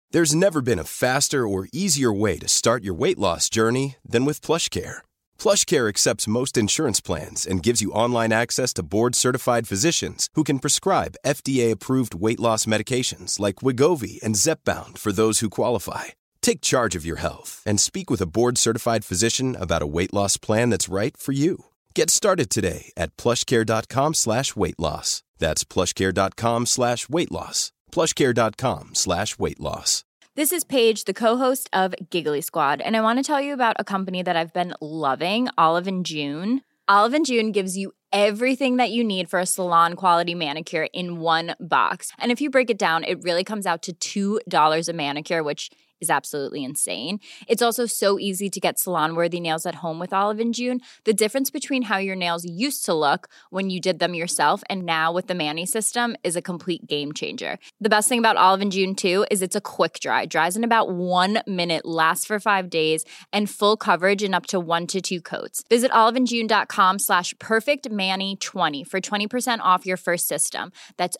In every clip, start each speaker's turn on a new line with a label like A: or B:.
A: There's never been a faster or easier way to start your weight loss journey than with PlushCare. PlushCare accepts most insurance plans and gives you online access to board-certified physicians who can prescribe FDA-approved weight loss medications like Wegovy and Zepbound for those who qualify. Take charge of your health and speak with a board-certified physician about a weight loss plan that's right for you. Get started today at plushcare.com/weightloss. That's plushcare.com/weightloss. plushcare.com/weightloss.
B: This is Paige, the co-host of Giggly Squad, and I want to tell you about a company that I've been loving, Olive & June. Olive & June gives you everything that you need for a salon-quality manicure in one box. And if you break it down, it really comes out to $2 a manicure, which is absolutely insane. It's also so easy to get salon-worthy nails at home with Olive & June. The difference between how your nails used to look when you did them yourself and now with the Mani system is a complete game changer. The best thing about Olive & June, too, is it's a quick dry. Dries in about 1 minute, lasts for 5 days, and full coverage in up to 1 to 2 coats. Visit oliveandjune.com/perfectmani20 for 20% off your first system. That's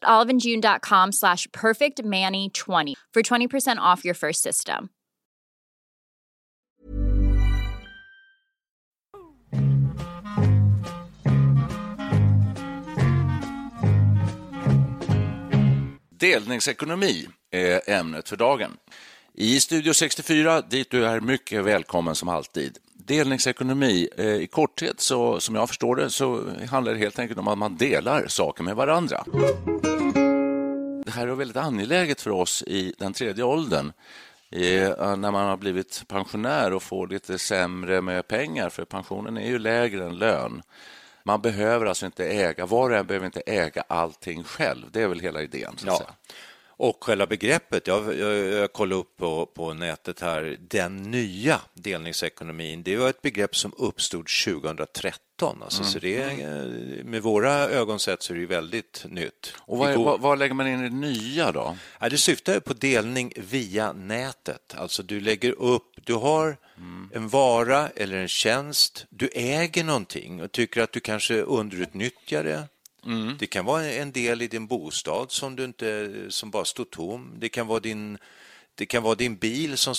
B: oliveandjune.com/perfectmani20 for 20% off your first system.
C: Delningsekonomi är ämnet för dagen. I Studio 64, dit du är mycket välkommen som alltid. Delningsekonomi, i korthet, så, som jag förstår det, så handlar det helt enkelt om att man delar saker med varandra. Det här är väldigt angeläget för oss i den tredje åldern. När man har blivit pensionär och får lite sämre med pengar, för pensionen är ju lägre än lön. Man behöver alltså inte äga, var och en behöver inte äga allting själv. Det är väl hela idén, så att säga.
D: Och själva begreppet, jag kollade upp på nätet här, den nya delningsekonomin, det var ett begrepp som uppstod 2013. Alltså, så det är, med våra ögon sett så är det väldigt nytt.
C: Och vad lägger man in i det nya då?
D: Ja, det syftar på delning via nätet. Alltså du lägger upp, du har en vara eller en tjänst, du äger någonting och tycker att du kanske underutnyttjar det. Det kan vara en del i din bostad som bara står tom. Det kan vara din bil som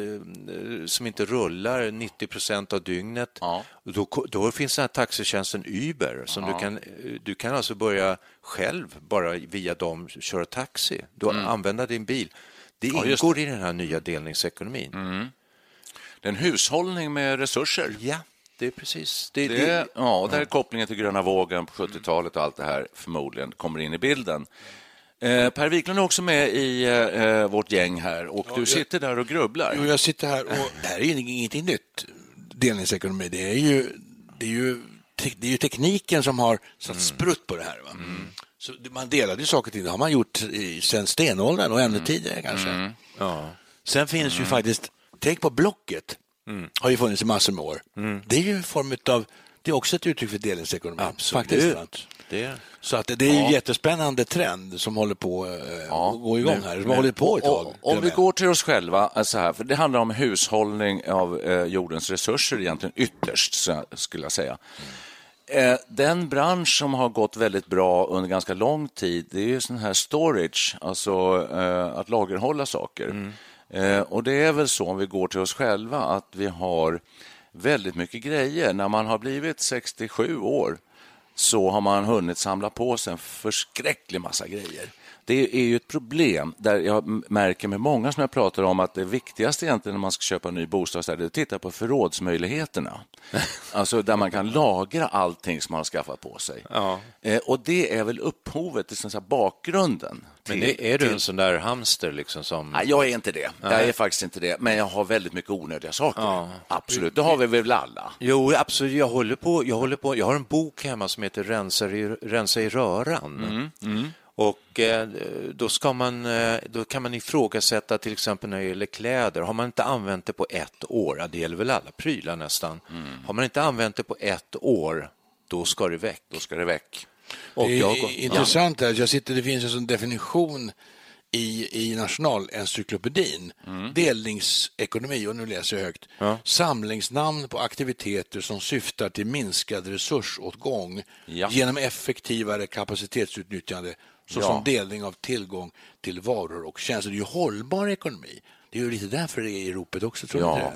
D: inte rullar 90% av dygnet. Ja. Då finns den här taxitjänsten Uber som du kan alltså börja själv bara via dem köra taxi. Du använder din bil. Det ingår i den här nya delningsekonomin.
C: Det är en hushållning med resurser.
D: Ja. Det är precis.
C: Där är kopplingen till gröna vågen på 70-talet och allt det här förmodligen kommer in i bilden. Per Wiklund är också med i vårt gäng här och du sitter där och grubblar.
E: Jo, jag sitter här och det här är ingenting nytt, delningsekonomi. Det är ju tekniken som har satt sprutt på det här. Va? Så man delade ju saker till, det har man gjort sedan stenåldern och ännu tidigare kanske. Ja. Sen finns ju faktiskt, tänk på Blocket. Har ju funnits i massor med år. Det är ju en form av, det är också ett uttryck för delningsekonomi.
D: Absolut.
E: Faktiskt. Så att det är ju en jättespännande trend som håller på att gå igång här. Som har hållit på ett tag.
C: Om vi går till oss själva, alltså här, för det handlar om hushållning av jordens resurser egentligen ytterst, skulle jag säga. Den bransch som har gått väldigt bra under ganska lång tid, det är ju sån här storage, alltså att lagerhålla saker. Och det är väl så, om vi går till oss själva, att vi har väldigt mycket grejer. När man har blivit 67 år så har man hunnit samla på sig en förskräcklig massa grejer. Det är ju ett problem där jag märker med många som jag pratar om att det viktigaste egentligen när man ska köpa en ny bostad är att titta på förrådsmöjligheterna. Alltså där man kan lagra allting som man har skaffat på sig. Ja. Och det är väl upphovet till så bakgrunden.
D: Men är du en sån där hamster liksom som...
C: Nej, jag är inte det. Nej. Jag är faktiskt inte det. Men jag har väldigt mycket onödiga saker. Ja. Absolut, det har vi väl alla.
D: Jo, absolut. Jag har en bok hemma som heter Rensa i röran. Och då kan man ifrågasätta till exempel när det gäller kläder. Har man inte använt det på 1 år, det gäller väl alla prylar nästan. Har man inte använt det på 1 år, då ska det väck.
E: Och det är intressant att det finns en sån definition i Nationalencyklopedin. Delningsekonomi, och nu läser jag högt. Samlingsnamn på aktiviteter som syftar till minskad resursåtgång genom effektivare kapacitetsutnyttjande såsom delning av tillgång till varor och tjänster. Det är ju hållbar ekonomi. Det är ju lite därför det är i ropet också, tror jag.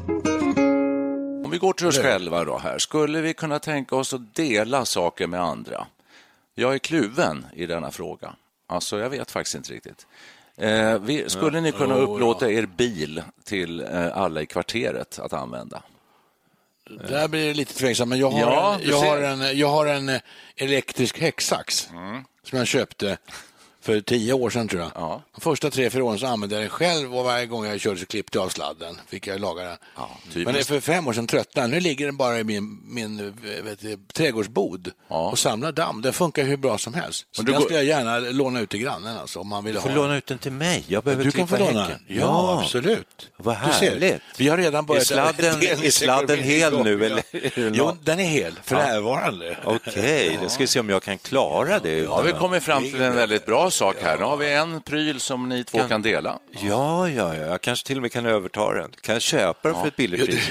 C: Om vi går till oss själva då här, skulle vi kunna tänka oss att dela saker med andra? Jag är kluven i denna fråga. Alltså, jag vet faktiskt inte riktigt. Skulle ni kunna upplåta er bil till alla i kvarteret att använda?
E: Där blir det lite tveksamt, men jag har en elektrisk häcksax som jag köpte för 10 år sedan, tror jag. Ja. De första 3-4 åren så använde jag den själv och varje gång jag körde så klippte jag av sladden. Fick jag laga den. Ja, men det är för 5 år sedan tröttnade. Nu ligger den bara i min trädgårdsbod och samlar damm. Den funkar hur bra som helst. Så den skulle jag gärna låna ut till grannen. Alltså, om man vill ha.
D: Du får låna ut den till mig. Jag behöver
E: du kan få låna den. Ja, absolut.
D: Vad härligt.
E: Vi har redan börjat.
D: Är sladden hel nu? Eller?
E: Jo, den är hel för närvarande.
D: Okej, då ska vi se om jag kan klara det.
C: Ja, vi kommer fram till en väldigt bra sak här. Nu har vi en pryl som ni två kan dela.
D: Ja. Jag kanske till och med kan överta den. Kan jag köpa den för ett billigt pris?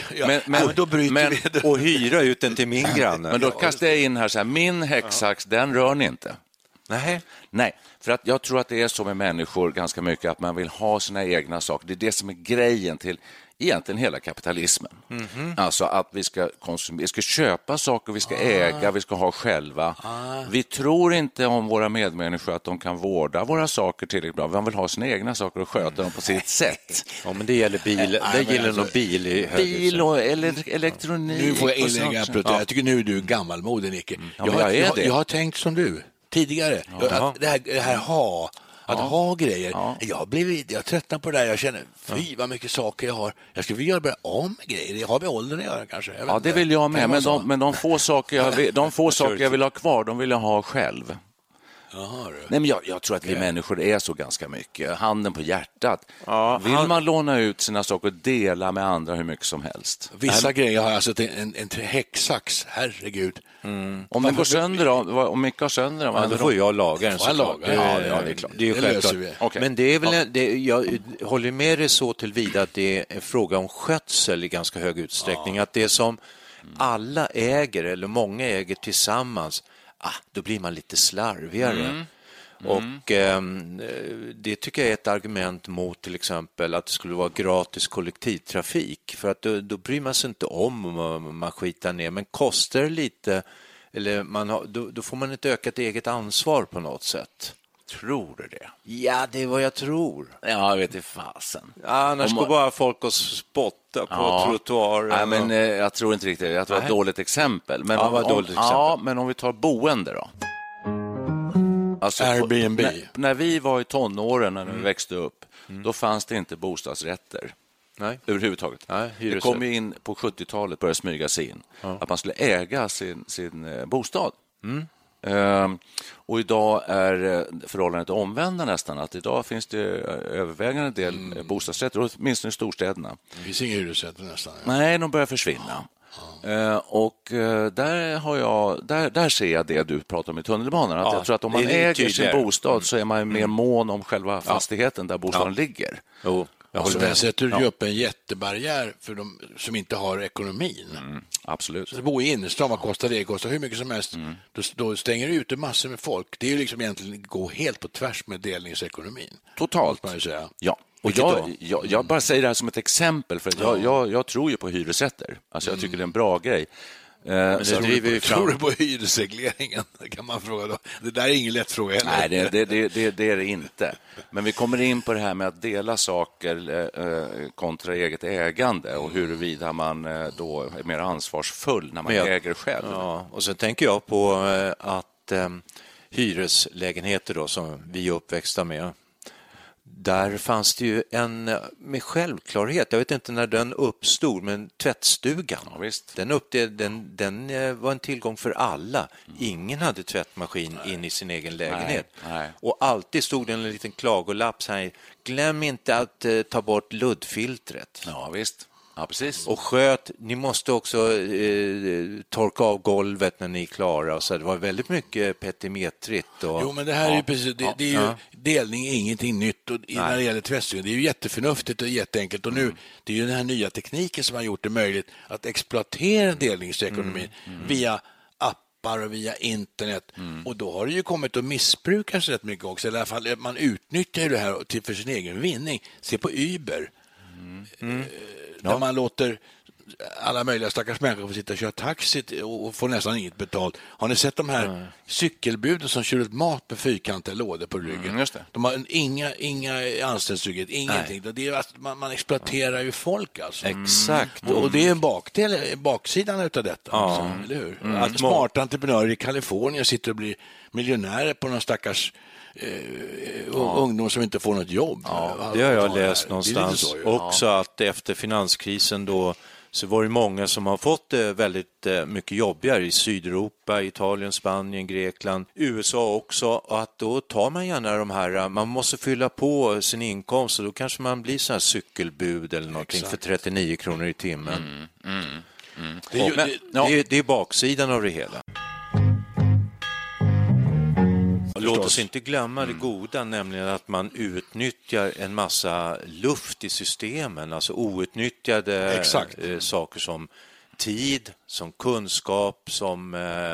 D: Och hyra ut den till min granne.
C: Men då kastar jag in här så här, min häcksax, den rör ni inte. Nej, för att jag tror att det är så med människor ganska mycket att man vill ha sina egna saker. Det är det som är grejen till egentligen hela kapitalismen. Alltså att vi ska konsumera, vi ska köpa saker, vi ska äga, vi ska ha själva. Vi tror inte om våra medmänniskor att de kan vårda våra saker tillräckligt bra. Man vill ha sina egna saker och sköta dem på sitt sätt.
D: Ja, men det gäller bil. Det gäller nog bil i
C: bil och elektronik.
E: Nu får jag inlägga. Jag tycker nu är du gammalmodig, Nicke. Jag har tänkt som du tidigare. Det här ha grejer. Jag tröttnar på det där. Jag känner, fy vad mycket saker jag har. Jag skulle vilja börja om med grejer. Det har med åldern att göra kanske.
C: Det vill jag med. Men de få saker jag vill ha kvar, de vill jag ha själv. Nej, men jag tror att vi människor är så ganska mycket. Handen på hjärtat. Vill man låna ut sina saker och dela med andra hur mycket som helst?
E: Vissa grejer har alltså en häcksax. Herregud.
C: Om det går sönder om mycket har sönder
D: då får jag laga den.
C: Det är klart.
D: Det är självklart. Okay. Men det är väl jag håller med dig så tillvida att det är en fråga om skötsel i ganska hög utsträckning. Att det som alla äger eller många äger tillsammans, då blir man lite slarvigare. Och det tycker jag är ett argument mot till exempel att det skulle vara gratis kollektivtrafik. För att då bryr man sig inte om man skitar ner. Men kostar det lite, eller då får man ett ökat eget ansvar på något sätt.
C: Tror du det?
D: Ja, det är vad jag tror.
C: Ja, jag vet inte fasen.
D: Annars går bara folk och spotta på trottoaren.
C: Nej, men jag tror inte riktigt. Jag tror det är ett dåligt exempel. Men men om vi tar boende då. Alltså,
E: Airbnb.
C: När vi var i tonåren, när vi växte upp, då fanns det inte bostadsrätter.
D: Nej.
C: Överhuvudtaget. Det kom ju in på 70-talet, började smyga sig in. Att man skulle äga sin bostad. Och idag är förhållandet omvända nästan. Att idag finns det övervägande del bostadsrätter, åtminstone i storstäderna.
E: Det finns inga hyresrätter nästan.
C: Nej, de börjar försvinna. Och där ser jag det du pratar om i tunnelbanan. Att jag tror att om man äger sin bostad så är man mer mån om själva fastigheten där bostaden ligger.
E: Så där sätter du upp en jättebarriär för de som inte har ekonomin.
C: Absolut.
E: Så att bo i innerstan, vad kostar det? Kostar hur mycket som helst. Då stänger du ute massor med folk. Det är ju liksom egentligen gå helt på tvärs med delningsekonomin.
C: Totalt.
E: Man säga.
C: Ja. Och jag bara säger det här som ett exempel, för jag tror ju på hyresrätter. Alltså jag tycker det är en bra grej.
E: Tror du på hyresregleringen? Kan man fråga då. Det där är ingen lätt fråga heller.
C: Nej, det är det inte. Men vi kommer in på det här med att dela saker kontra eget ägande och huruvida man då är mer ansvarsfull när man äger själv.
D: Ja, och så tänker jag på att hyreslägenheter då, som vi är uppväxta med, där fanns det ju med självklarhet, jag vet inte när den uppstod, men tvättstugan, den var en tillgång för alla. Ingen hade tvättmaskin in i sin egen lägenhet. Nej. Och alltid stod det en liten klagolapp så här: glöm inte att ta bort luddfiltret.
C: Ja, visst. Ja, precis.
D: Och ni måste också torka av golvet när ni är klara. Och så det var väldigt mycket petimetrigt.
E: Jo, men det här är ju precis, det är ju delning är ingenting nytt. Och när det gäller tvättstugan, det är ju jätteförnuftigt och jätteenkelt. Och nu, det är ju den här nya tekniken som har gjort det möjligt att exploatera delningsekonomin via appar appar och via internet. Och då har det ju kommit att missbrukas rätt mycket också. I alla fall man utnyttjar ju det här för sin egen vinning. Se på Uber. Där man låter alla möjliga stackars människor får sitta och köra taxi och få nästan inget betalt. Har ni sett de här cykelbuden som kör ut mat med fyrkantiga lådor på ryggen?
C: Just det.
E: De har inga anställningstrygghet, ingenting. Det är att man exploaterar ju folk alltså.
D: Exakt.
E: Och det är baksidan utav detta. Alltså, eller hur? Att smarta entreprenörer i Kalifornien sitter och blir miljonärer på någon stackars ungdom som inte får något jobb.
D: Det har jag läst någonstans också, att efter finanskrisen då så var det många som har fått väldigt mycket jobbigare i Sydeuropa, Italien, Spanien, Grekland, USA också. Och att då tar man gärna de här, man måste fylla på sin inkomst och då kanske man blir så här cykelbud eller någonting för 39 kronor i timmen. Det är baksidan av det hela. Låt oss inte glömma det goda, nämligen att man utnyttjar en massa luft i systemen, alltså outnyttjade saker som tid, som kunskap, som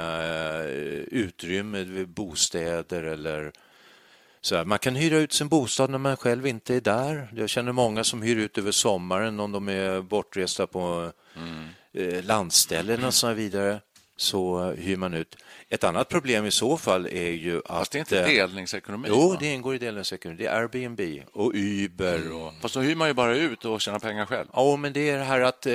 D: utrymme vid bostäder eller så här. Man kan hyra ut sin bostad när man själv inte är där. Jag känner många som hyr ut över sommaren om de är bortresta på landställen och så vidare. Så hyr man ut. Ett annat problem i så fall är ju att...
C: Fast det är inte delningsekonomi.
D: Jo, det ingår i delningsekonomi. Det är Airbnb och Uber.
C: Fast då hyr man ju bara ut och tjänar pengar själv.
D: Ja, men det är det här att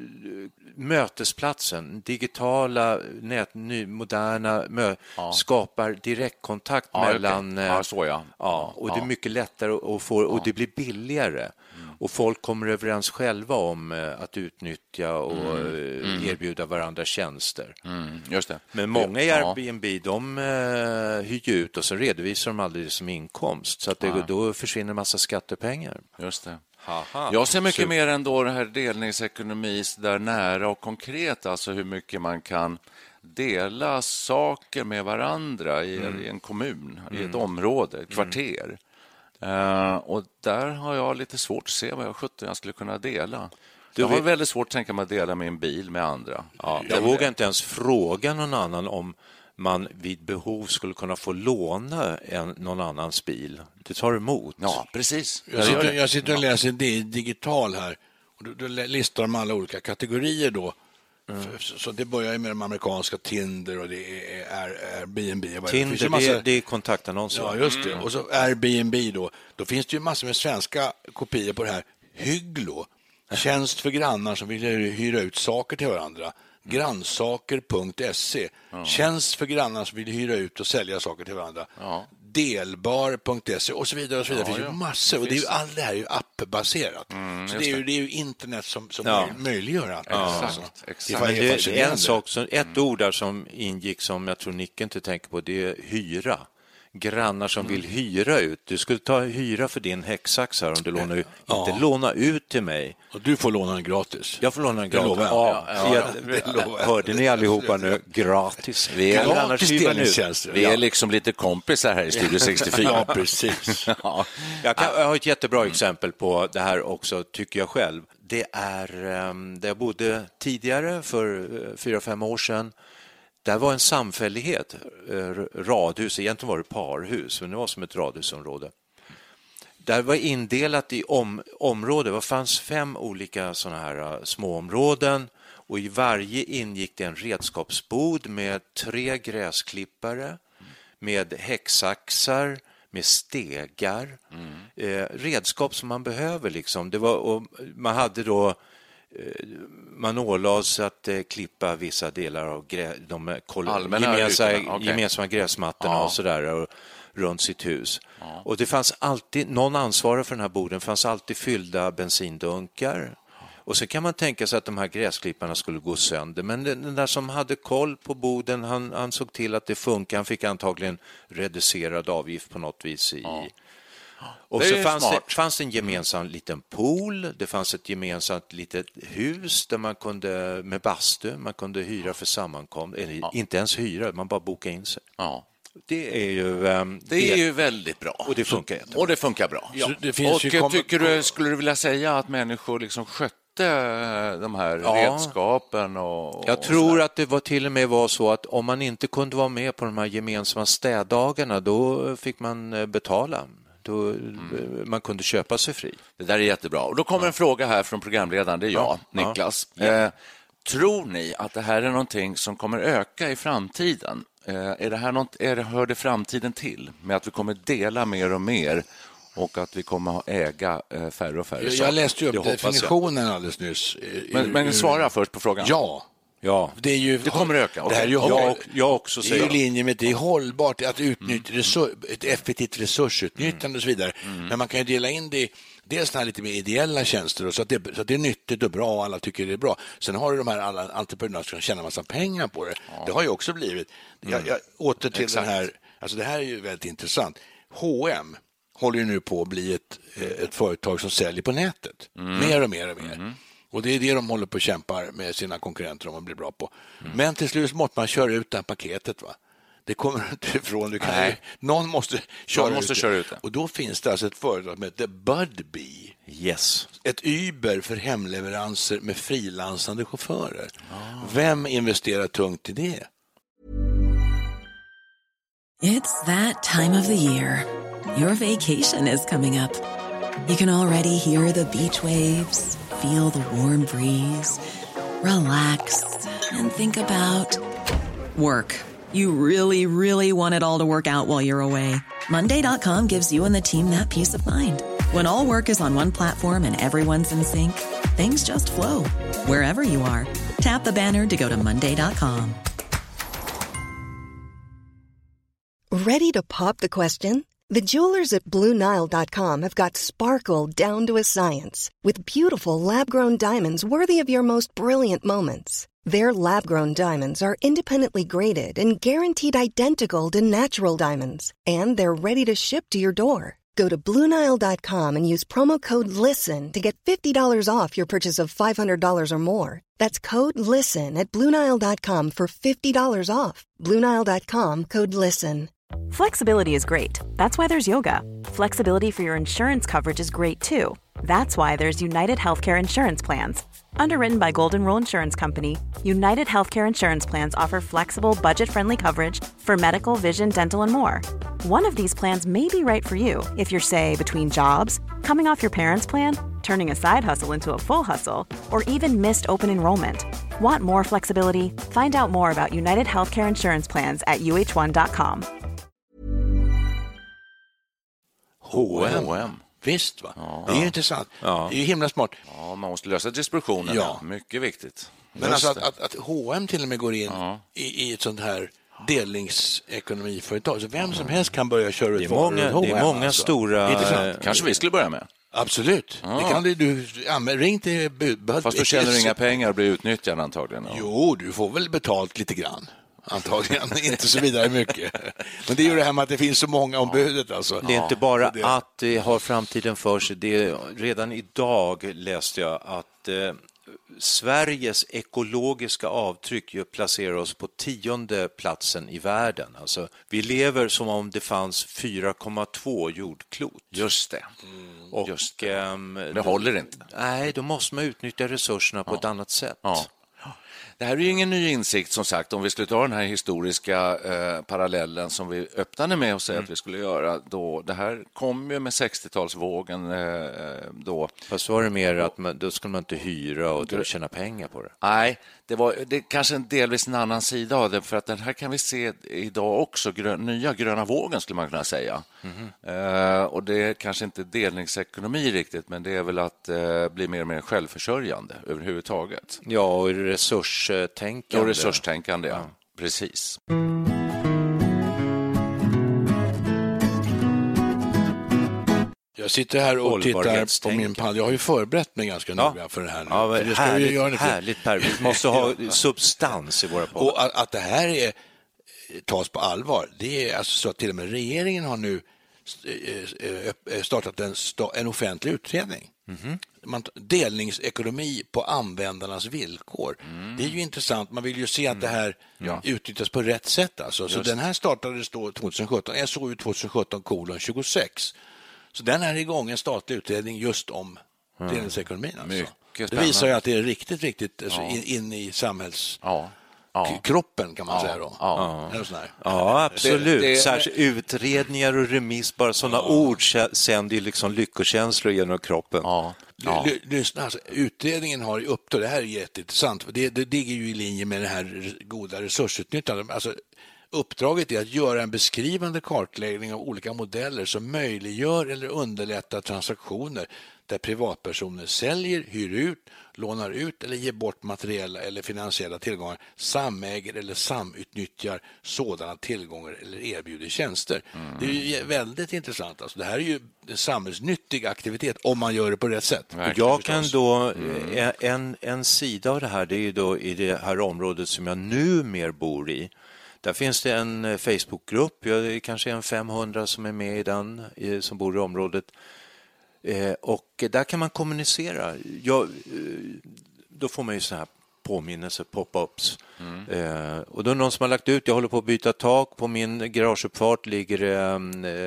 D: mötesplatsen, digitala, moderna skapar direktkontakt mellan... och det är mycket lättare att få, och det blir billigare. Och folk kommer överens själva om att utnyttja och erbjuda varandra tjänster.
C: Just det.
D: Men många i Airbnb, de hyr ut och så redovisar de aldrig det som inkomst. Så att då försvinner en massa skattepengar.
C: Just det. Jag ser mycket mer ändå det här delningsekonomi där nära och konkret, alltså hur mycket man kan dela saker med varandra i en kommun, i ett område, ett kvarter. Och där har jag lite svårt att se vad jag skulle kunna dela. Jag har väldigt svårt att tänka mig att dela min bil med andra.
D: Jag vågar inte ens fråga någon annan om man vid behov skulle kunna få låna någon annans bil. Det tar emot.
C: Ja, precis.
E: Jag sitter och läser det digital här. Och då listar de alla olika kategorier då. Så det börjar med de amerikanska Tinder och det är Airbnb.
D: Tinder, det är kontaktannonser.
E: Ja, just det. Och så Airbnb då. Då finns det ju massor med svenska kopior på det här. Hygglo. Tjänst för grannar som vill hyra ut saker till varandra. Grannsaker.se. Tjänst för grannar som vill hyra ut och sälja saker till varandra. Delbar.se och så vidare. Och så vidare. Det finns ju massor. Och det är ju, allt det här är ju appbaserat. Så det är ju internet som möjliggör allt.
D: Exakt. En sak, ett ord där som ingick som jag tror Nick inte tänker på, det är hyra. Grannar som vill hyra ut. Du skulle ta hyra för din häcksax här om du lånar ut. Inte låna ut till mig.
E: Och du får låna den gratis.
D: Jag får låna den gratis. Hörde ni allihopa nu? Gratis.
C: Vi är liksom lite kompisar här i Studio 64.
E: Ja, precis.
D: Jag har ett jättebra exempel på det här också, tycker jag själv. Det är där jag bodde tidigare för 4-5 år sedan. Där var en samfällighet, radhus, egentligen var det parhus, men det var som ett radhusområde. Där var indelat i område, det fanns 5 olika sådana här småområden och i varje ingick det en redskapsbod med 3 gräsklippare, med häcksaxar, med stegar, redskap som man behöver liksom. Man hade då man ålades att klippa vissa delar av de gemensamma gräsmattorna och sådär runt sitt hus. Och det fanns alltid någon ansvarig för den här boden, fanns alltid fyllda bensindunkar. Och så kan man tänka sig att de här gräsklipparna skulle gå sönder. Men den där som hade koll på boden, han såg till att det funkar. Han fick antagligen reducerad avgift på något vis i... Och så fanns det en gemensam liten pool, det fanns ett gemensamt litet hus där man kunde med bastu, man kunde hyra för sammankomst, eller inte ens hyra, man bara boka in sig. Ja. Det är ju
C: väldigt bra.
D: Och det funkar
C: jättebra. Och det funkar bra. Ja.
E: Det finns
C: och skulle du vilja säga att människor liksom skötte de här redskapen?
D: Jag tror att det var till och med var så att om man inte kunde vara med på de här gemensamma städdagarna, då fick man betala. Då man kunde köpa sig fri.
C: Det där är jättebra. Och då kommer en fråga här från programledaren, det är jag, Niklas. Tror ni att det här är någonting som kommer öka i framtiden? Hör det framtiden till med att vi kommer dela mer och mer och att vi kommer att äga färre och färre saker?
E: Jag läste ju upp definitionen alldeles nyss.
C: Men svara först på frågan.
E: Ja, det kommer öka.
C: Okay.
E: Det här är
D: jag också säger.
E: Det är i linje med det är hållbart att utnyttja ett effektivt resursutnyttjande och så vidare. Men man kan ju dela in det dels här lite mer ideella tjänster och så att det är nyttigt och bra och alla tycker det är bra. Sen har du de här alla entreprenörer som tjänar massa pengar på det. Det har ju också blivit. Jag åter till den här, alltså det här är ju väldigt intressant. H&M håller ju nu på att bli ett företag som säljer på nätet. Mer och mer och mer. Och det är det de håller på att kämpa med sina konkurrenter om att bli bra på. Men till slut måste man köra ut det här paketet, va? Det kommer inte ifrån. Någon måste köra ut det. Och då finns det alltså ett företag som heter Budbee.
D: Yes.
E: Ett Uber för hemleveranser med frilansande chaufförer. Vem investerar tungt i det?
F: It's that time of the year. Your vacation is coming up. You can already hear the beach waves, feel the warm breeze, relax and think about work. You really, really want it all to work out while you're away. Monday.com gives you and the team that peace of mind. When all work is on one platform and everyone's in sync, things just flow. Wherever you are, tap the banner to go to Monday.com.
G: Ready to pop the question? The jewelers at BlueNile.com have got sparkle down to a science with beautiful lab-grown diamonds worthy of your most brilliant moments. Their lab-grown diamonds are independently graded and guaranteed identical to natural diamonds, and they're ready to ship to your door. Go to BlueNile.com and use promo code LISTEN to get $50 off your purchase of $500 or more. That's code LISTEN at BlueNile.com for $50 off. BlueNile.com, code LISTEN.
H: Flexibility is great. That's why there's yoga. Flexibility for your insurance coverage is great too. That's why there's United Healthcare Insurance Plans. Underwritten by Golden Rule Insurance Company, United Healthcare Insurance Plans offer flexible, budget-friendly coverage for medical, vision, dental, and more. One of these plans may be right for you if you're, say, between jobs, coming off your parents' plan, turning a side hustle into a full hustle, or even missed open enrollment. Want more flexibility? Find out more about United Healthcare Insurance Plans at uh1.com.
E: H&M. Visst, va? Det är ju intressant. Det är ju himla smart.
C: Ja, man måste lösa distributionen. Mycket viktigt.
E: Men alltså att H&M till och med går in i ett sånt här delningsekonomiföretag. Så vem som helst kan börja köra ut varor.
D: Det är många stora...
C: Kanske vi skulle börja med.
E: Absolut. Det kan du ring till bud.
C: Fast du tjänar inga pengar och blir utnyttjad antagligen.
E: Jo, du får väl betalt lite grann. Antagligen inte så vidare mycket. Men det är ju det här med att det finns så många om budet. Alltså.
D: Det är inte bara att det har framtiden för sig. Redan idag läste jag att Sveriges ekologiska avtryck placerar oss på 10:e platsen i världen. Alltså, vi lever som om det fanns 4,2 jordklot.
C: Just det.
D: Och,
C: det håller inte.
D: Nej, då måste man utnyttja resurserna på ett annat sätt.
C: Ja. Det här är ju ingen ny insikt, som sagt, om vi skulle ta den här historiska parallellen som vi öppnade med och säga att vi skulle göra då. Det här kom ju med 60-talsvågen då.
D: Fast var det mer att då skulle man inte hyra och tjäna pengar på det?
C: Nej, det är kanske delvis en annan sida av det, för att den här kan vi se idag också, nya gröna vågen skulle man kunna säga. Och det är kanske inte delningsekonomi riktigt, men det är väl att bli mer och mer självförsörjande överhuvudtaget.
D: Ja, och resurstänkande.
C: Och resurstänkande, ja. Precis.
E: Jag sitter här och tittar på min panna. Jag har ju förberett mig ganska noga för det här nu.
D: Ja, men härligt, Per. Vi måste ha substans i våra poddar.
E: Och att det här tas på allvar, det är alltså så att till och med regeringen har nu startat en offentlig utredning. Delningsekonomi på användarnas villkor. Det är ju intressant. Man vill ju se att det här utnyttjas på rätt sätt. Alltså. Så den här startades då 2017. SOU 2017:26. Så den är igång, en statlig utredning just om delningsekonomin. Alltså.
C: mycket
E: Det
C: spännande.
E: visar ju att det är riktigt alltså, in i samhällskroppen kan man säga då.
D: Ja, absolut.
C: Det-
D: Särskilt utredningar och remiss, bara sådana ord sänder ju liksom lyckokänslor genom kroppen.
C: Ja.
E: Lyssna, alltså, utredningen har i uppdrag, det här är jätteintressant, för det ligger ju i linje med det här goda resursutnyttjandet. Alltså, uppdraget är att göra en beskrivande kartläggning av olika modeller som möjliggör eller underlättar transaktioner där privatpersoner säljer, hyr ut, lånar ut eller ger bort materiella eller finansiella tillgångar, samäger eller samutnyttjar sådana tillgångar eller erbjuder tjänster. Det är ju väldigt intressant. Alltså, det här är ju en samhällsnyttig aktivitet om man gör det på rätt sätt.
D: Jag kan då, en sida av det här, det är ju då i det här området som jag numera bor i. Där finns det en Facebookgrupp, det är kanske en 500 som är med i den, som bor i området. Och där kan man kommunicera. Då får man ju så här påminnelser, pop-ups. Och då är någon som har lagt ut, jag håller på att byta tak, på min garageuppfart ligger det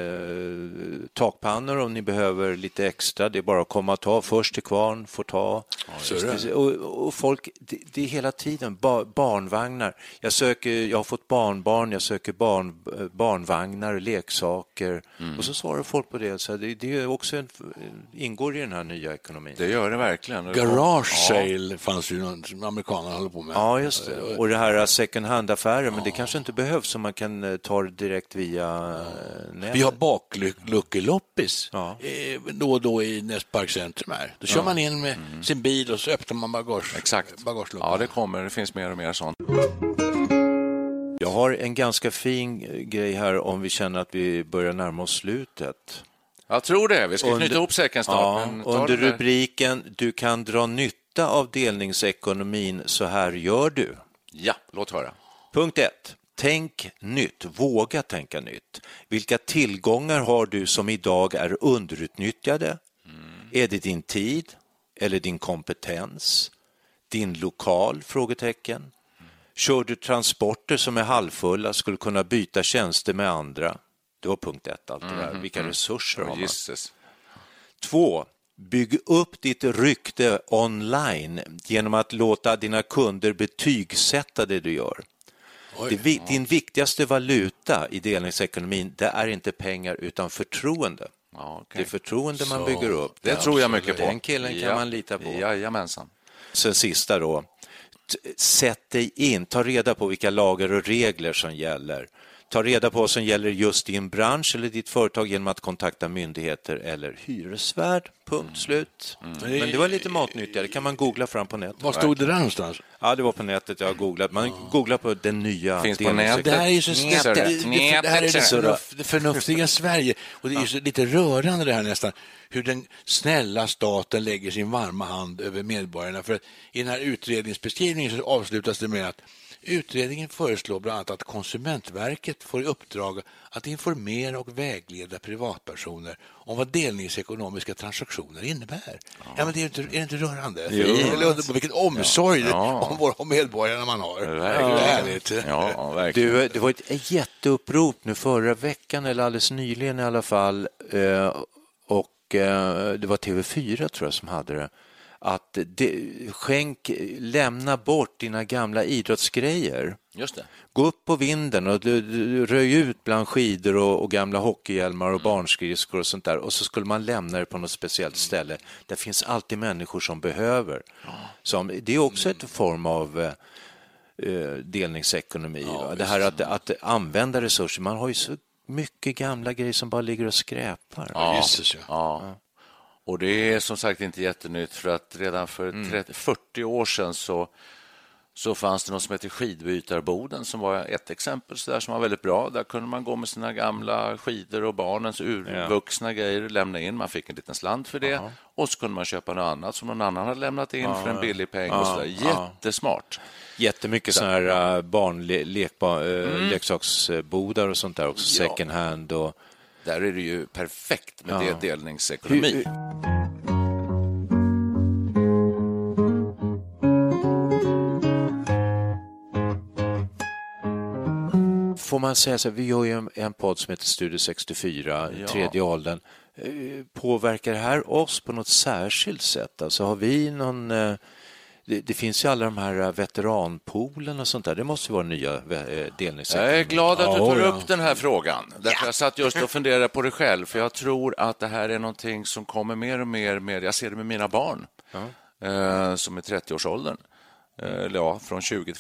D: takpannor om ni behöver lite extra, det är bara att komma och ta, först till kvarn, får ta. Och folk, det är hela tiden barnvagnar. Jag har fått barnbarn, jag söker barnvagnar, leksaker, och så svarar folk på det. Så det är också ingår i den här nya ekonomin.
C: Det gör det verkligen.
E: Garage sale fanns ju någon som amerikanerna håller på med.
D: Ja, just det. Och det här second hand-affärer, men det kanske inte behövs, så man kan ta det direkt via nätet.
E: Vi har bakluckeloppis då och då i Nästparkcentrum här. Då kör man in med sin bil och så öppnar man bagageluckan.
C: Ja, det kommer. Det finns mer och mer sånt.
D: Jag har en ganska fin grej här om vi känner att vi börjar närma oss slutet.
C: Jag tror det. Vi ska knyta ihop säcken snart.
D: Under rubriken "Du kan dra nytta av delningsekonomin, så här gör du".
C: Ja, låt höra.
D: Punkt 1. Tänk nytt. Våga tänka nytt. Vilka tillgångar har du som idag är underutnyttjade? Är det din tid eller din kompetens? Din lokal? Frågetecken. Kör du transporter som är halvfulla, skulle kunna byta tjänster med andra? Det var punkt 1. Allt det där. Vilka resurser har man? 2. Bygg upp ditt rykte online genom att låta dina kunder betygsätta det du gör. Din viktigaste valuta i delningsekonomin, det är inte pengar utan förtroende. Det är förtroende man bygger upp.
C: Det tror jag mycket på.
D: Den killen kan man lita på.
C: Jajamensan.
D: Sen sista då. Sätt dig in, ta reda på vilka lagar och regler som gäller. Ta reda på vad som gäller just din bransch eller ditt företag genom att kontakta myndigheter eller hyresvärd. Punkt slut. Men det var lite matnyttigare. Det kan man googla fram på nätet.
E: Var stod det där någonstans?
D: Ja, det var på nätet jag har googlat. Man googlar på den nya.
C: Finns på nätet.
E: Det här är ju så snabbt. Det här är det förnuftiga Sverige. Och det är så lite rörande det här nästan. Hur den snälla staten lägger sin varma hand över medborgarna. För att i den här utredningsbeskrivningen så avslutas det med att utredningen föreslår bland annat att Konsumentverket får i uppdrag att informera och vägleda privatpersoner om vad delningsekonomiska transaktioner innebär. Ja, men det är inte rörande. Vilken omsorg om medborgarna man har.
D: Det var ett jätteupprop nu förra veckan, eller alldeles nyligen i alla fall, och det var TV4 tror jag som hade det, att lämna bort dina gamla idrottsgrejer.
C: Just det.
D: Gå upp på vinden och röj ut bland skidor och gamla hockeyhjälmar och barnskridskor och sånt där, och så skulle man lämna det på något speciellt ställe. Det finns alltid människor som behöver. Det är också ett form av delningsekonomi. Det här att använda resurser. Man har ju så mycket gamla grejer som bara ligger och skräpar.
C: Och det är som sagt inte jättenytt, för att redan för 40 år sedan så fanns det något som heter skidbytarboden, som var ett exempel så där, som var väldigt bra. Där kunde man gå med sina gamla skidor och barnens urvuxna grejer, lämna in. Man fick en liten slant för det. Och så kunde man köpa något annat som någon annan hade lämnat in för en billig peng. Och så där. Jättesmart.
D: Jättemycket sådana här leksaksbodar och sånt där också, second hand. Och
C: där är det ju perfekt med delningsekonomi.
D: Får man säga så här, vi gör ju en podd som heter Studio 64, tredje åldern. påverkar det här oss på något särskilt sätt? Alltså har vi någon... Det finns ju alla de här veteranpoolen och sånt där. Det måste vara nya delningsekonomi.
C: Jag är glad att du tar upp den här frågan. Därför jag satt just och funderade på det själv. För jag tror att det här är någonting som kommer mer och mer med. Jag ser det med mina barn som är 30-årsåldern. Från 20 till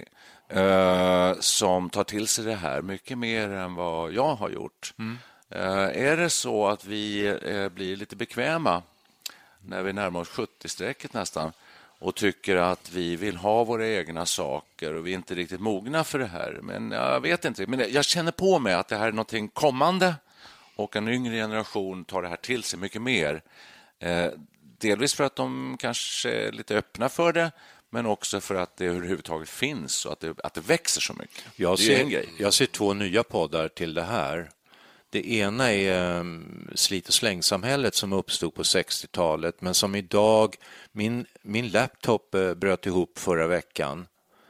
C: 40. Som tar till sig det här mycket mer än vad jag har gjort. Är det så att vi blir lite bekväma när vi närmar oss 70-strecket nästan och tycker att vi vill ha våra egna saker och vi är inte riktigt mogna för det här. Men jag vet inte. Men jag känner på mig att det här är någonting kommande och en yngre generation tar det här till sig mycket mer. Delvis för att de kanske är lite öppna för det, men också för att det överhuvudtaget finns och att det växer så mycket.
D: Jag ser 2 nya poddar till det här. Det ena är slit- och slängsamhället som uppstod på 60-talet, men som idag, min laptop bröt ihop förra veckan.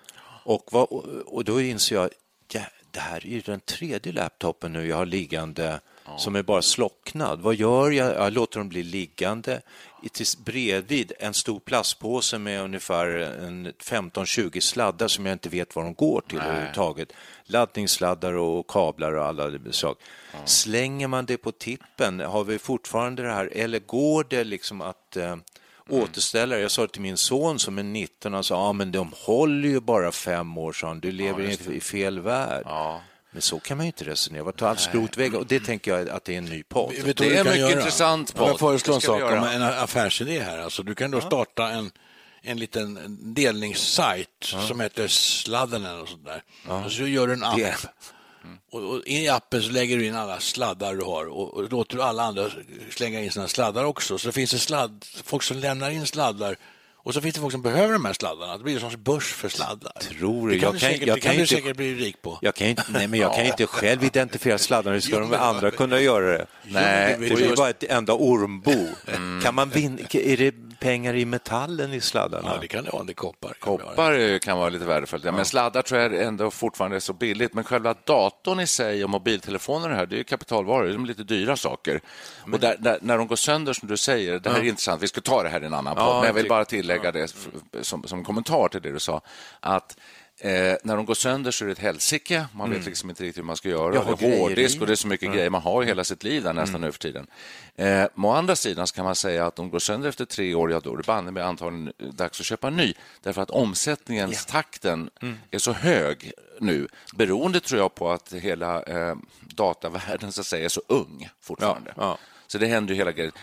D: Och då inser jag, det här är ju den 3:e laptopen nu jag har liggande som är bara slocknad. Vad gör jag? Jag låter dem bli liggande bredvid en stor plastpåse med ungefär 15-20 sladdar som jag inte vet var de går till överhuvudtaget. Laddningssladdar och kablar och alla saker. Slänger man det på tippen? Har vi fortfarande det här? Eller går det liksom att återställa? Jag sa till min son som är 19, han sa, men de håller ju bara 5 år, så du lever i fel värld. Ja. Men så kan man ju inte resonera. Vad tar allt skrotvägg? Och det tänker jag att det är en ny podd.
C: Det är mycket intressant podd.
E: Jag föreslår en sak om en affärsidé här. Alltså, du kan då starta en liten delningssajt som heter Sladden eller något sånt där. Och så gör du en app. Och i appen så lägger du in alla sladdar du har och låter alla andra slänga in sina sladdar också. Så finns det folk som lämnar in sladdar. Och så finns det folk som behöver de här sladdarna. Det blir en sorts börs för sladdar.
D: Tror du?
E: Det kan du säkert bli rik på.
D: Jag kan inte själv identifiera sladdarna. Hur ska de andra kunna göra det?
C: Nej,
D: det är ju bara ett enda ormbo. Kan man är det pengar i metallen i sladdarna?
E: Ja, det kan det vara. Det koppar.
C: Koppar kan vara lite värdefullt. Men sladdar tror jag ändå fortfarande är så billigt. Men själva datorn i sig och mobiltelefoner här, det är ju kapitalvaror. De är lite dyra saker. Och när de går sönder, som du säger, det här är intressant. Vi ska ta det här i en annan podd. Men jag vill bara tillägga det som kommentar till det du sa, att när de går sönder så är det ett helsike. Man vet liksom inte riktigt hur man ska göra. Det är hårddisk och det är så mycket grejer man har i hela sitt liv där nästan nu för tiden. Å andra sidan så kan man säga att de går sönder efter 3 år, då är det banne med antagligen dags att köpa en ny. Därför att omsättningstakten är så hög nu. Beroende tror jag på att hela datavärlden så att säga är så ung fortfarande. Så det händer ju hela grejen.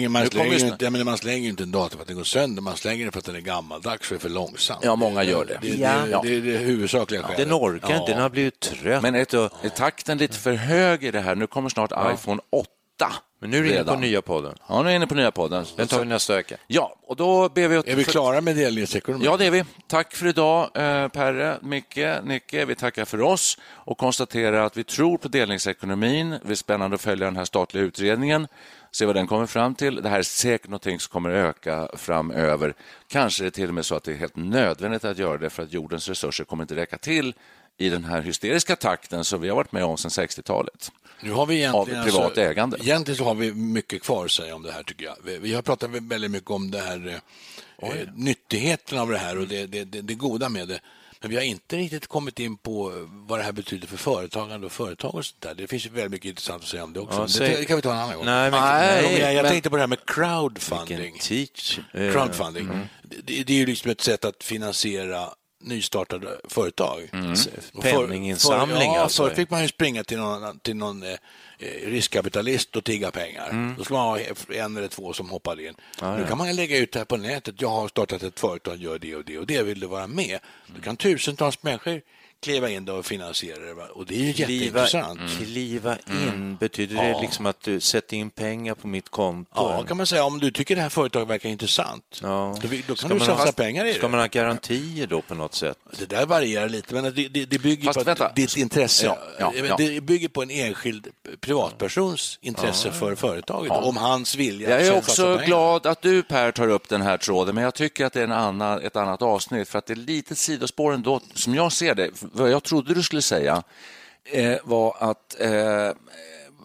E: Man slänger ju inte en dator för att den går sönder. Man slänger den för att den är gammaldags och är för långsam.
C: Ja, många gör det.
E: Det är det huvudsakliga skälet.
D: Den orkar inte, den har blivit trött.
C: Men är takten lite för hög i det här? Nu kommer snart iPhone 8.
D: Men nu är du inne på nya podden.
C: Ja, nu är inne på nya podden.
D: Den tar vi nästa vecka.
C: Ja, och då ber vi...
E: Är vi klara med delningsekonomi?
C: Ja, det är vi. Tack för idag, Perre, Micke, Nicke. Vi tackar för oss och konstaterar att vi tror på delningsekonomin. Det är spännande att följa den här statliga utredningen. Se vad den kommer fram till. Det här är säkert någonting som kommer öka framöver. Kanske är det till och med så att det är helt nödvändigt att göra det för att jordens resurser kommer inte räcka till i den här hysteriska takten som vi har varit med om sedan 60-talet.
E: Nu har vi egentligen,
C: av privat ägande.
E: Egentligen så har vi mycket kvar att säga om det här, tycker jag. Vi har pratat väldigt mycket om det här nyttigheten av det här och det goda med det. Men vi har inte riktigt kommit in på vad det här betyder för företagande och företag och sånt där. Det finns ju väldigt mycket intressant att säga om det också. Det kan vi ta en annan gång. Jag tänkte på det här med crowdfunding. Crowdfunding. Det är ju liksom ett sätt att finansiera nystartade företag.
D: Penninginsamling.
E: Förr fick man ju springa till någon riskkapitalist och tigga pengar. Då ska man ha 1 eller 2 som hoppar in. Nu kan man lägga ut det här på nätet. Jag har startat ett företag, gör det och det och det. Vill du vara med? Du kan tusentals människor kliva in och finansiera det. Och det är ju jätteintressant.
D: Kliva in, betyder det liksom att du sätter in pengar på mitt konto?
E: Ja, kan man säga. Om du tycker det här företaget verkar intressant, då kan du satsa pengar i det.
D: Ska man ha garantier då på något sätt?
E: Det där varierar lite, men det bygger på ditt intresse. Det bygger på en enskild privatpersons intresse för företaget, om hans vilja.
C: Jag är också glad att du, Per, tar upp den här tråden, men jag tycker att det är ett annat avsnitt, för att det är lite sidospår ändå, som jag ser det. Vad jag trodde du skulle säga var att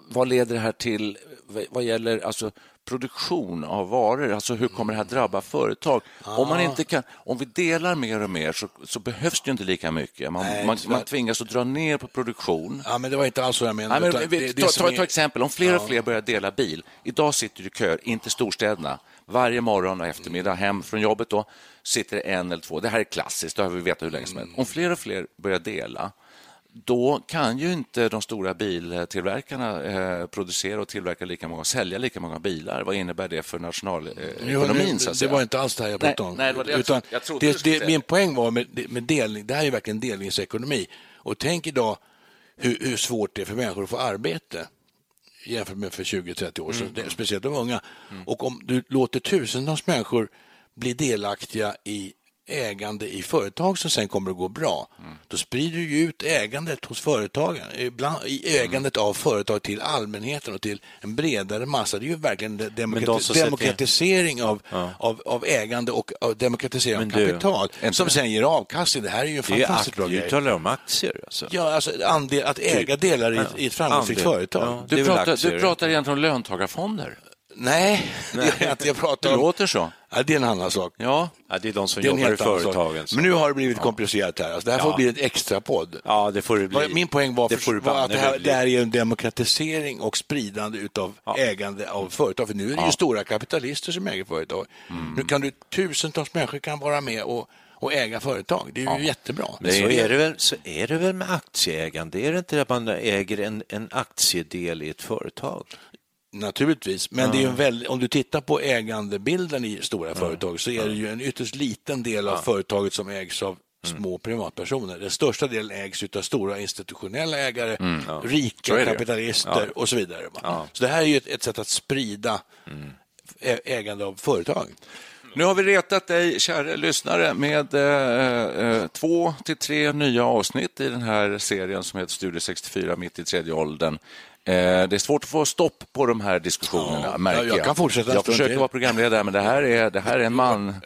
C: vad leder det här till vad gäller alltså produktion av varor? Alltså hur kommer det här drabba företag? Om vi delar mer och mer så behövs det inte lika mycket. Man tvingas att dra ner på produktion.
E: Ja, men det var inte alls så jag menade.
C: Ta exempel, om fler och fler börjar dela bil. Idag sitter det köer, inte storstäderna. Varje morgon och eftermiddag hem från jobbet då sitter det 1 eller 2. Det här är klassiskt, det har vi vetat hur länge som helst. Om fler och fler börjar dela, då kan ju inte de stora biltillverkarna producera och tillverka lika många, sälja lika många bilar. Vad innebär det för nationalekonomin?
E: Det var inte alls det här jag pratade om.
C: Nej,
E: Min poäng var med delning. Det här är verkligen delningsekonomi. Och tänk idag hur svårt det är för människor att få arbete jämfört med för 20-30 år sedan, speciellt de unga. Och om du låter tusentals människor bli delaktiga i ägande i företag som sen kommer att gå bra, då sprider du ut ägandet hos företagen, i ägandet av företag till allmänheten och till en bredare massa. Det är ju verkligen demokratisering av ägande och av demokratisering av kapital som sen ger avkastning. Det här är ju en fantastiskt bra grej.
D: Du talar om aktier alltså.
E: Ja, alltså att äga delar i ett framgångsrikt företag.
C: Ja, du pratar egentligen om löntagarfonder.
E: Nej, jag pratar om...
C: Det låter så.
E: Ja, det är en annan sak.
D: Ja, det är de som jobbar i företagen.
E: Men nu har det blivit komplicerat här. Alltså, det här får bli en extra podd.
D: Ja, det får det bli.
E: Min poäng var att det här är en demokratisering och spridande utav ägande av företag. För nu är det ju stora kapitalister som äger företag. Nu kan tusentals människor kan vara med och äga företag. Det är ju jättebra.
D: Men så är det väl med aktieägande? Är det inte att man äger en aktiedel i ett företag?
E: Naturligtvis, men det är ju om du tittar på ägandebilden i stora företag så är det ju en ytterst liten del av företaget som ägs av små privatpersoner. Den största delen ägs av stora institutionella ägare, rika kapitalister och så vidare. Så det här är ju ett sätt att sprida ägande av företag.
C: Nu har vi retat dig, kära lyssnare, med 2 till 3 nya avsnitt i den här serien som heter Studio 64 mitt i tredje åldern. Det är svårt att få stopp på de här diskussionerna, märker jag.
E: Jag kan fortsätta.
C: Jag försöker vara programledare, men det här är en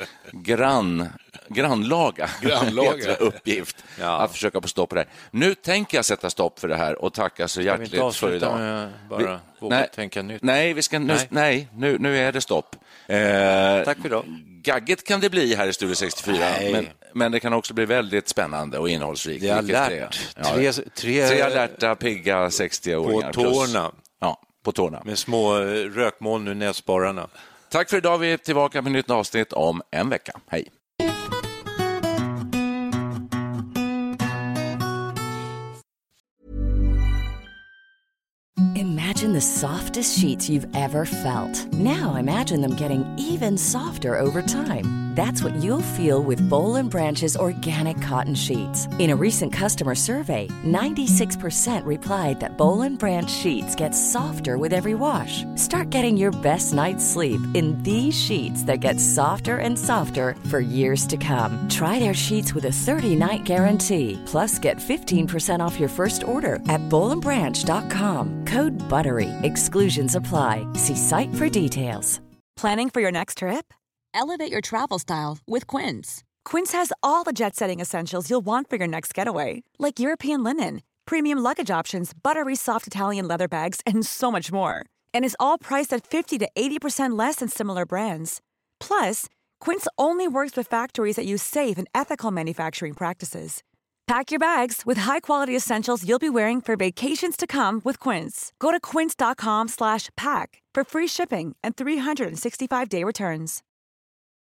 C: grannlaga uppgift att försöka få stopp på det här. Nu tänker jag sätta stopp för det här och tacka så hjärtligt för idag.
D: Tänka nytt.
C: Nej, nu är det stopp.
D: Tack för idag.
C: Gaggigt kan det bli här i Studio 64, men det kan också bli väldigt spännande och innehållsrikt.
D: Det är alert.
C: Tre alerta, pigga 60-åringar.
D: På tårna.
C: På tårna.
D: Med små rökmoln i näsborrarna.
C: Tack för idag. Vi är tillbaka med ett nytt avsnitt om en vecka. Hej.
I: Imagine the softest sheets you've ever felt. Now imagine them getting even softer over time. That's what you'll feel with Boll & Branch's organic cotton sheets. In a recent customer survey, 96% replied that Boll & Branch sheets get softer with every wash. Start getting your best night's sleep in these sheets that get softer and softer for years to come. Try their sheets with a 30-night guarantee. Plus, get 15% off your first order at bollandbranch.com. Code BUTTERY. Exclusions apply. See site for details.
J: Planning for your next trip? Elevate your travel style with Quince.
H: Quince has all the jet-setting essentials you'll want for your next getaway, like European linen, premium luggage options, buttery soft Italian leather bags, and so much more. And is all priced at 50 to 80% less than similar brands. Plus, Quince only works with factories that use safe and ethical manufacturing practices. Pack your bags with high-quality essentials you'll be wearing for vacations to come with Quince. Go to quince.com/pack for free shipping and 365-day returns.